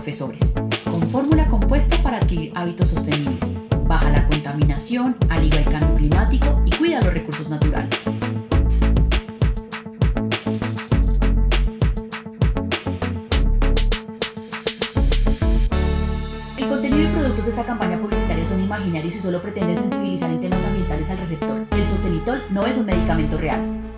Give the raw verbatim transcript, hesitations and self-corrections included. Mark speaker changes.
Speaker 1: profesores, con fórmula compuesta para adquirir hábitos sostenibles. Baja la contaminación, alivia el cambio climático y cuida los recursos naturales. El contenido y productos de esta campaña publicitaria son imaginarios y solo pretenden sensibilizar en temas ambientales al receptor. El sostenitol no es un medicamento real.